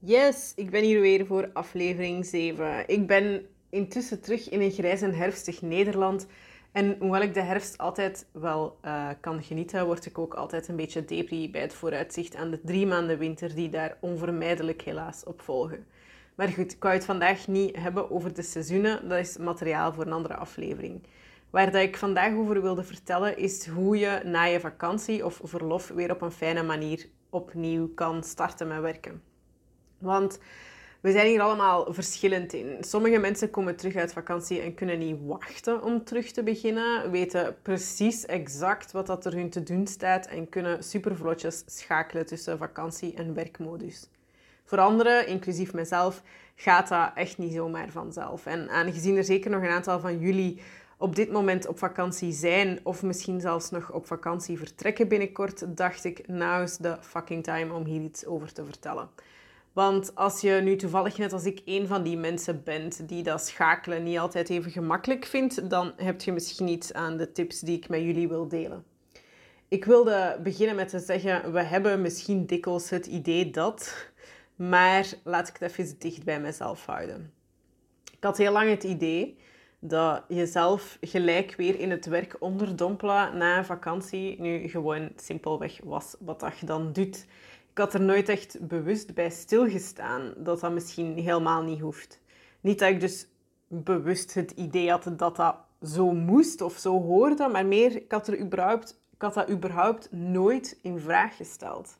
Yes, ik ben hier weer voor aflevering 7. Ik ben intussen terug in een grijs en herfstig Nederland. En hoewel ik de herfst altijd wel kan genieten, word ik ook altijd een beetje depri bij het vooruitzicht aan de 3 maanden winter die daar onvermijdelijk helaas op volgen. Maar goed, ik wou het vandaag niet hebben over de seizoenen. Dat is materiaal voor een andere aflevering. Waar dat ik vandaag over wilde vertellen is hoe je na je vakantie of verlof weer op een fijne manier opnieuw kan starten met werken. Want we zijn hier allemaal verschillend in. Sommige mensen komen terug uit vakantie en kunnen niet wachten om terug te beginnen. Weten precies exact wat dat er hun te doen staat en kunnen supervlotjes schakelen tussen vakantie- en werkmodus. Voor anderen, inclusief mezelf, gaat dat echt niet zomaar vanzelf. En aangezien er zeker nog een aantal van jullie op dit moment op vakantie zijn, of misschien zelfs nog op vakantie vertrekken binnenkort, dacht ik, now is the fucking time om hier iets over te vertellen. Want als je nu toevallig net als ik een van die mensen bent die dat schakelen niet altijd even gemakkelijk vindt, dan heb je misschien iets aan de tips die ik met jullie wil delen. Ik wilde beginnen met te zeggen, we hebben misschien dikwijls het idee dat, maar laat ik het even dicht bij mezelf houden. Ik had heel lang het idee dat je zelf gelijk weer in het werk onderdompelen na een vakantie nu gewoon simpelweg was wat dat je dan doet. Ik had er nooit echt bewust bij stilgestaan dat dat misschien helemaal niet hoeft. Niet dat ik dus bewust het idee had dat dat zo moest of zo hoorde, maar meer, ik had dat überhaupt nooit in vraag gesteld.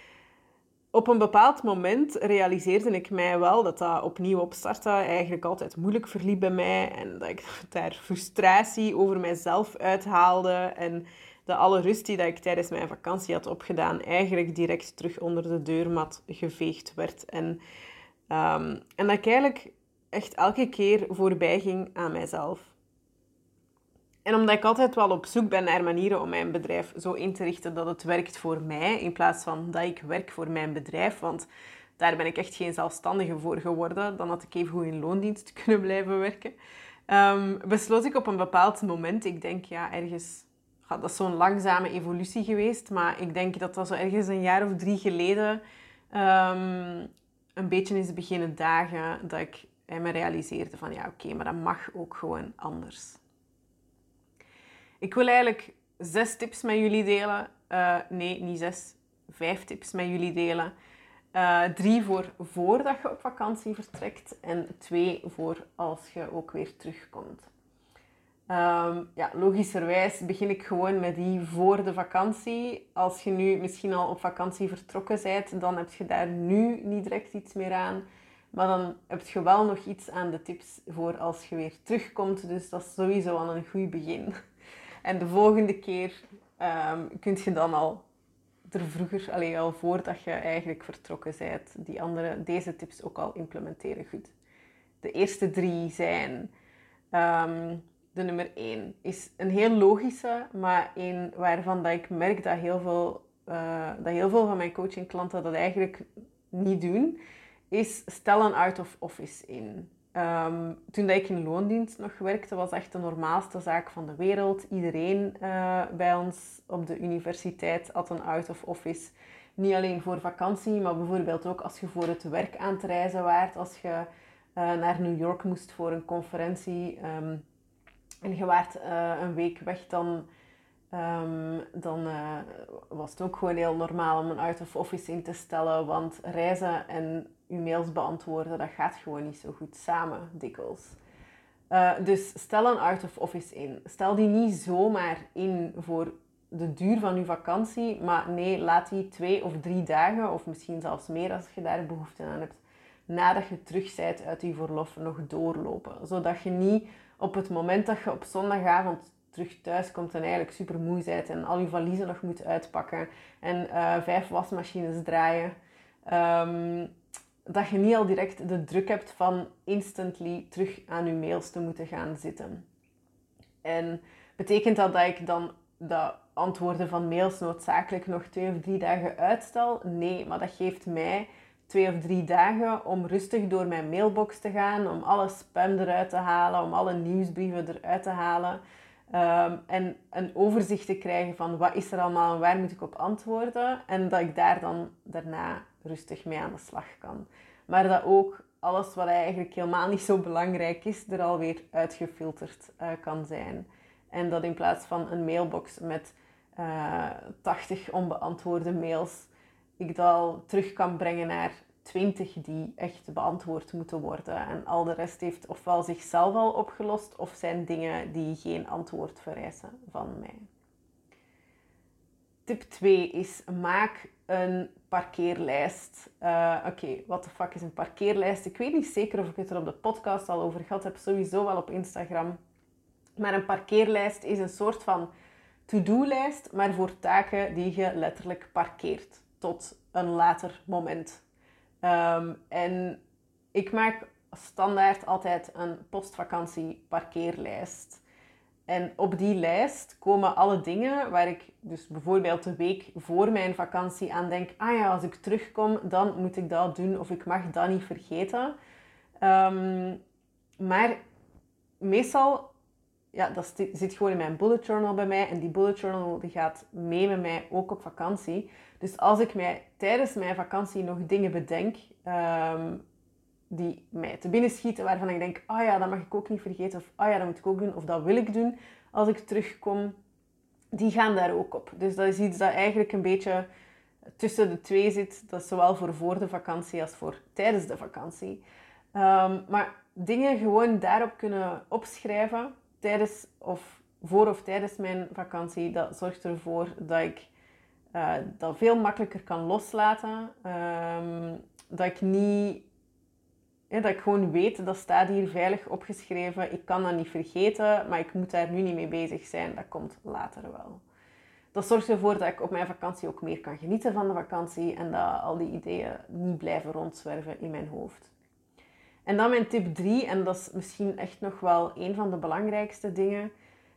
Op een bepaald moment realiseerde ik mij wel dat dat opnieuw opstarten eigenlijk altijd moeilijk verliep bij mij en dat ik daar frustratie over mijzelf uithaalde en dat alle rust die dat ik tijdens mijn vakantie had opgedaan eigenlijk direct terug onder de deurmat geveegd werd. En dat ik eigenlijk echt elke keer voorbij ging aan mijzelf. En omdat ik altijd wel op zoek ben naar manieren om mijn bedrijf zo in te richten dat het werkt voor mij, in plaats van dat ik werk voor mijn bedrijf, want daar ben ik echt geen zelfstandige voor geworden, dan had ik even goed in loondienst kunnen blijven werken, besloot ik op een bepaald moment, ik denk ja, ergens, dat is zo'n langzame evolutie geweest, maar ik denk dat dat zo ergens een jaar of 3 geleden een beetje is beginnen dagen, dat ik me realiseerde van ja, oké, maar dat mag ook gewoon anders. Ik wil eigenlijk 6 tips met jullie delen. Nee, niet 6. 5 tips met jullie delen. 3 voor voordat je op vakantie vertrekt. En 2 voor als je ook weer terugkomt. Ja, logischerwijs begin ik gewoon met die voor de vakantie. Als je nu misschien al op vakantie vertrokken bent, dan heb je daar nu niet direct iets meer aan. Maar dan heb je wel nog iets aan de tips voor als je weer terugkomt. Dus dat is sowieso al een goed begin. En de volgende keer kun je dan al er vroeger, al voordat je eigenlijk vertrokken bent, deze tips ook al implementeren goed. De eerste 3 zijn... de nummer 1 is een heel logische, maar een waarvan dat ik merk dat heel veel van mijn coachingklanten dat eigenlijk niet doen, is stel een out-of-office in. Toen dat ik in loondienst nog werkte, was echt de normaalste zaak van de wereld. Iedereen bij ons op de universiteit had een out-of-office. Niet alleen voor vakantie, maar bijvoorbeeld ook als je voor het werk aan het reizen waart. Als je naar New York moest voor een conferentie en je waart een week weg, dan was het ook gewoon heel normaal om een out-of-office in te stellen. Want reizen en je mails beantwoorden, dat gaat gewoon niet zo goed samen, dikwijls. Dus stel een out-of-office in. Stel die niet zomaar in voor de duur van je vakantie, maar nee, laat die 2 of 3 dagen, of misschien zelfs meer als je daar behoefte aan hebt, nadat je terug bent uit je verlof, nog doorlopen. Zodat je niet op het moment dat je op zondagavond terug thuis komt en eigenlijk super moe bent en al je valiezen nog moet uitpakken en 5 wasmachines draaien, dat je niet al direct de druk hebt van instantly terug aan je mails te moeten gaan zitten. En betekent dat ik dan de antwoorden van mails noodzakelijk nog 2 of 3 dagen uitstel? Nee, maar dat geeft mij 2 of 3 dagen om rustig door mijn mailbox te gaan, om alle spam eruit te halen, om alle nieuwsbrieven eruit te halen. En een overzicht te krijgen van wat is er allemaal en waar moet ik op antwoorden. En dat ik daar dan daarna rustig mee aan de slag kan. Maar dat ook alles wat eigenlijk helemaal niet zo belangrijk is, er alweer uitgefilterd kan zijn. En dat in plaats van een mailbox met 80 onbeantwoorde mails, ik dat al terug kan brengen naar 20 die echt beantwoord moeten worden. En al de rest heeft ofwel zichzelf al opgelost, of zijn dingen die geen antwoord vereisen van mij. Tip 2 is, maak een parkeerlijst. Oké, what the fuck is een parkeerlijst? Ik weet niet zeker of ik het er op de podcast al over gehad heb, sowieso wel op Instagram. Maar een parkeerlijst is een soort van to-do-lijst, maar voor taken die je letterlijk parkeert tot een later moment. En ik maak standaard altijd een postvakantie parkeerlijst. En op die lijst komen alle dingen waar ik dus bijvoorbeeld de week voor mijn vakantie aan denk. Ah ja, als ik terugkom, dan moet ik dat doen of ik mag dat niet vergeten. Maar meestal, ja, dat zit gewoon in mijn bullet journal bij mij. En die bullet journal die gaat mee met mij ook op vakantie. Dus als ik mij tijdens mijn vakantie nog dingen bedenk die mij te binnen schieten, waarvan ik denk, ah ja, dat mag ik ook niet vergeten, of ah ja, dat moet ik ook doen, of dat wil ik doen als ik terugkom, die gaan daar ook op. Dus dat is iets dat eigenlijk een beetje tussen de twee zit. Dat is zowel voor de vakantie als voor tijdens de vakantie. Maar dingen gewoon daarop kunnen opschrijven tijdens of tijdens mijn vakantie, dat zorgt ervoor dat ik dat veel makkelijker kan loslaten. Dat ik niet... dat ik gewoon weet, dat staat hier veilig opgeschreven. Ik kan dat niet vergeten, maar ik moet daar nu niet mee bezig zijn. Dat komt later wel. Dat zorgt ervoor dat ik op mijn vakantie ook meer kan genieten van de vakantie en dat al die ideeën niet blijven rondzwerven in mijn hoofd. En dan mijn tip 3, en dat is misschien echt nog wel een van de belangrijkste dingen,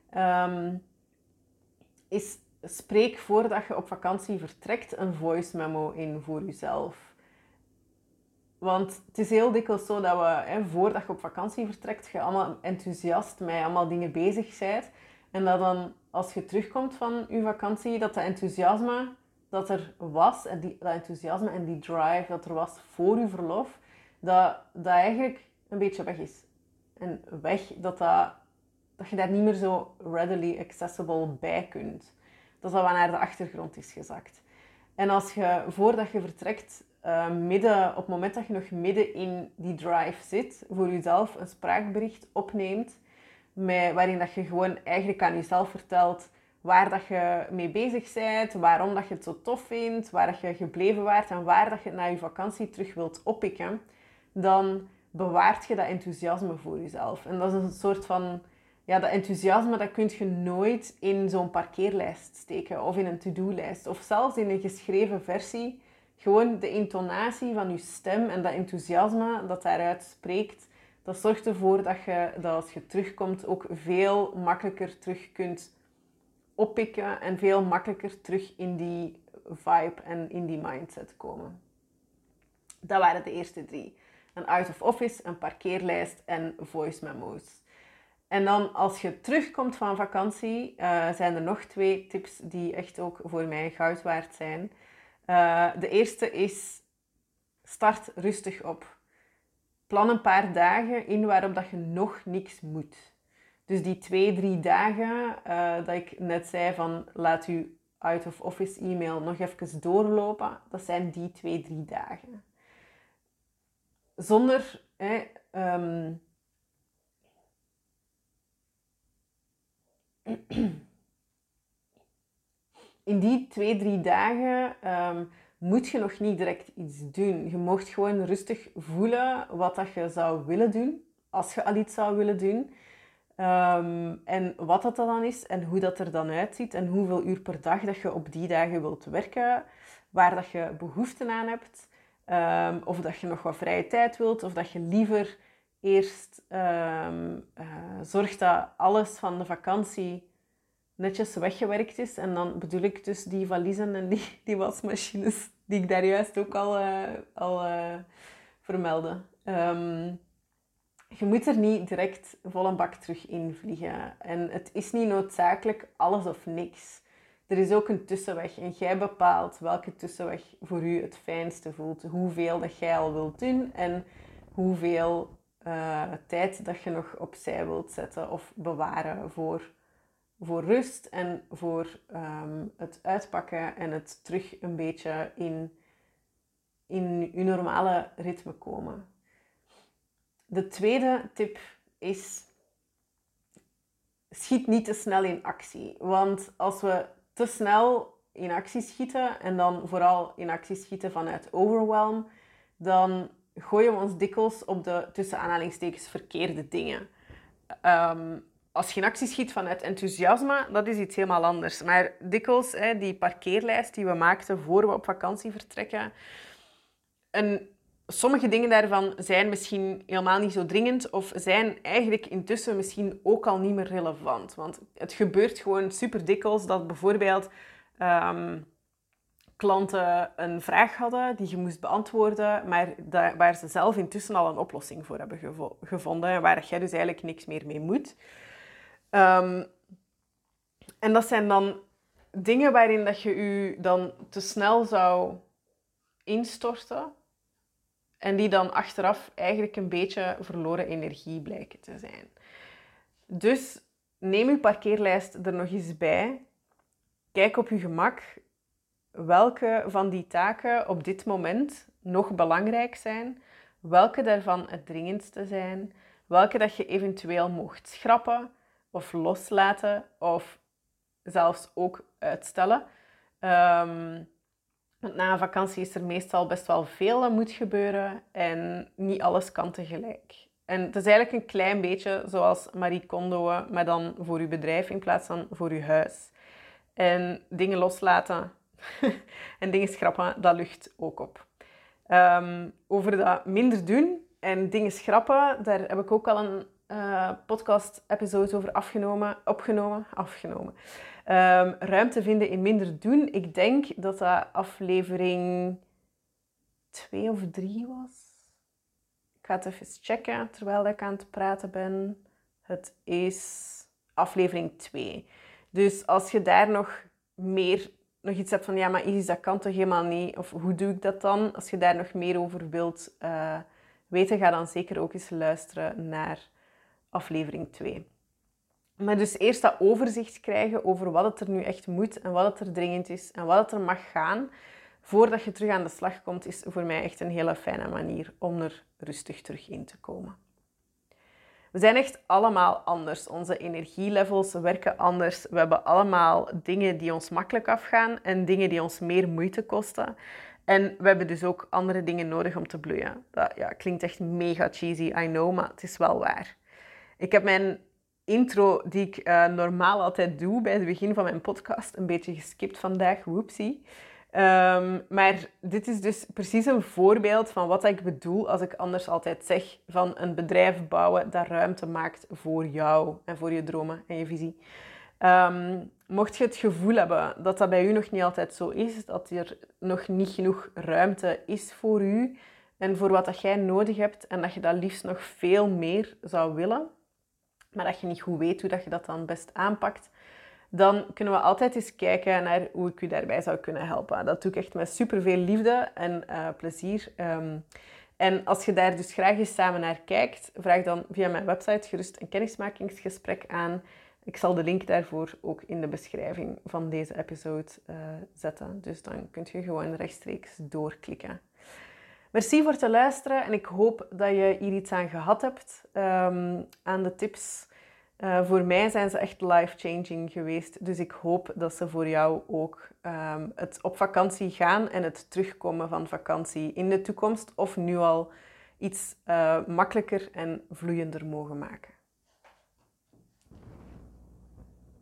is spreek voordat je op vakantie vertrekt een voice memo in voor jezelf. Want het is heel dikwijls zo dat we, voordat je op vakantie vertrekt, je allemaal enthousiast met allemaal dingen bezig bent. En dat dan, als je terugkomt van je vakantie, dat enthousiasme dat er was, en dat enthousiasme en die drive dat er was voor je verlof, dat eigenlijk een beetje weg is. En dat je daar niet meer zo readily accessible bij kunt. Dat dat wat naar de achtergrond is gezakt. En als je, voordat je vertrekt, op het moment dat je nog midden in die drive zit, voor jezelf een spraakbericht opneemt, waarin dat je gewoon eigenlijk aan jezelf vertelt waar dat je mee bezig bent, waarom dat je het zo tof vindt, waar dat je gebleven waart en waar dat je het na je vakantie terug wilt oppikken, dan bewaart je dat enthousiasme voor jezelf. En dat is een soort van... Ja, dat enthousiasme dat kun je nooit in zo'n parkeerlijst steken of in een to-do-lijst. Of zelfs in een geschreven versie. Gewoon de intonatie van je stem en dat enthousiasme dat daaruit spreekt, dat zorgt ervoor dat als je terugkomt ook veel makkelijker terug kunt oppikken en veel makkelijker terug in die vibe en in die mindset komen. Dat waren de eerste 3. Een out of office, een parkeerlijst en voice memos. En dan als je terugkomt van vakantie, zijn er nog 2 tips die echt ook voor mij goud waard zijn. De eerste is, start rustig op. Plan een paar dagen in waarop dat je nog niks moet. Dus die 2-3 dagen dat ik net zei van laat je out-of-office e-mail nog even doorlopen, dat zijn die 2-3 dagen. Zonder... in die 2-3 dagen moet je nog niet direct iets doen. Je mag gewoon rustig voelen wat dat je zou willen doen, als je al iets zou willen doen. En wat dat dan is en hoe dat er dan uitziet en hoeveel uur per dag dat je op die dagen wilt werken, waar dat je behoefte aan hebt, of dat je nog wat vrije tijd wilt, of dat je liever eerst zorgt dat alles van de vakantie netjes weggewerkt is. En dan bedoel ik dus die valiezen en die wasmachines die ik daar juist ook al vermeldde. Je moet er niet direct vol een bak terug in vliegen. En het is niet noodzakelijk alles of niks. er is ook een tussenweg en jij bepaalt welke tussenweg voor u het fijnste voelt. Hoeveel dat jij al wilt doen en hoeveel tijd dat je nog opzij wilt zetten of bewaren voor rust en voor het uitpakken en het terug een beetje in je normale ritme komen. De tweede tip is: schiet niet te snel in actie. Want als we te snel in actie schieten, en dan vooral in actie schieten vanuit overwhelm, dan gooien we ons dikwijls op de, tussen aanhalingstekens, verkeerde dingen. Als je in actie schiet vanuit enthousiasme, dat is iets helemaal anders. Maar dikwijls, die parkeerlijst die we maakten voor we op vakantie vertrekken, en sommige dingen daarvan zijn misschien helemaal niet zo dringend of zijn eigenlijk intussen misschien ook al niet meer relevant. Want het gebeurt gewoon super dikwijls dat bijvoorbeeld klanten een vraag hadden die je moest beantwoorden, maar waar ze zelf intussen al een oplossing voor hebben gevonden en waar jij dus eigenlijk niks meer mee moet. En dat zijn dan dingen waarin dat je je dan te snel zou instorten en die dan achteraf eigenlijk een beetje verloren energie blijken te zijn. Dus neem je parkeerlijst er nog eens bij. Kijk op je gemak welke van die taken op dit moment nog belangrijk zijn, welke daarvan het dringendste zijn, welke dat je eventueel mocht schrappen of loslaten of zelfs ook uitstellen. Want na een vakantie is er meestal best wel veel dat moet gebeuren en niet alles kan tegelijk. En het is eigenlijk een klein beetje zoals Marie Kondo, maar dan voor je bedrijf in plaats van voor je huis. En dingen loslaten en dingen schrappen, dat lucht ook op. Over dat minder doen en dingen schrappen, daar heb ik ook al een podcast-episode over opgenomen. Ruimte vinden in minder doen. Ik denk dat dat aflevering 2 of 3 was. Ik ga het even checken terwijl ik aan het praten ben. Het is aflevering 2. Dus als je daar nog iets hebt van, ja, maar Isis, dat kan toch helemaal niet? Of hoe doe ik dat dan? Als je daar nog meer over wilt weten, ga dan zeker ook eens luisteren naar aflevering 2. Maar dus eerst dat overzicht krijgen over wat het er nu echt moet en wat het er dringend is en wat het er mag gaan, voordat je terug aan de slag komt, is voor mij echt een hele fijne manier om er rustig terug in te komen. We zijn echt allemaal anders. Onze energielevels werken anders. We hebben allemaal dingen die ons makkelijk afgaan en dingen die ons meer moeite kosten. En we hebben dus ook andere dingen nodig om te bloeien. Dat klinkt echt mega cheesy, I know, maar het is wel waar. Ik heb mijn intro die ik normaal altijd doe bij het begin van mijn podcast een beetje geskipt vandaag, whoopsie. Maar dit is dus precies een voorbeeld van wat ik bedoel als ik anders altijd zeg van een bedrijf bouwen dat ruimte maakt voor jou en voor je dromen en je visie. Mocht je het gevoel hebben dat dat bij u nog niet altijd zo is, dat er nog niet genoeg ruimte is voor u en voor wat dat jij nodig hebt en dat je dat liefst nog veel meer zou willen, maar dat je niet goed weet hoe dat je dat dan best aanpakt, dan kunnen we altijd eens kijken naar hoe ik u daarbij zou kunnen helpen. Dat doe ik echt met superveel liefde en plezier. En als je daar dus graag eens samen naar kijkt, vraag dan via mijn website gerust een kennismakingsgesprek aan. Ik zal de link daarvoor ook in de beschrijving van deze episode zetten. Dus dan kun je gewoon rechtstreeks doorklikken. Merci voor het luisteren en ik hoop dat je hier iets aan gehad hebt, aan de tips. Voor mij zijn ze echt life-changing geweest. Dus ik hoop dat ze voor jou ook het op vakantie gaan en het terugkomen van vakantie in de toekomst of nu al iets makkelijker en vloeiender mogen maken.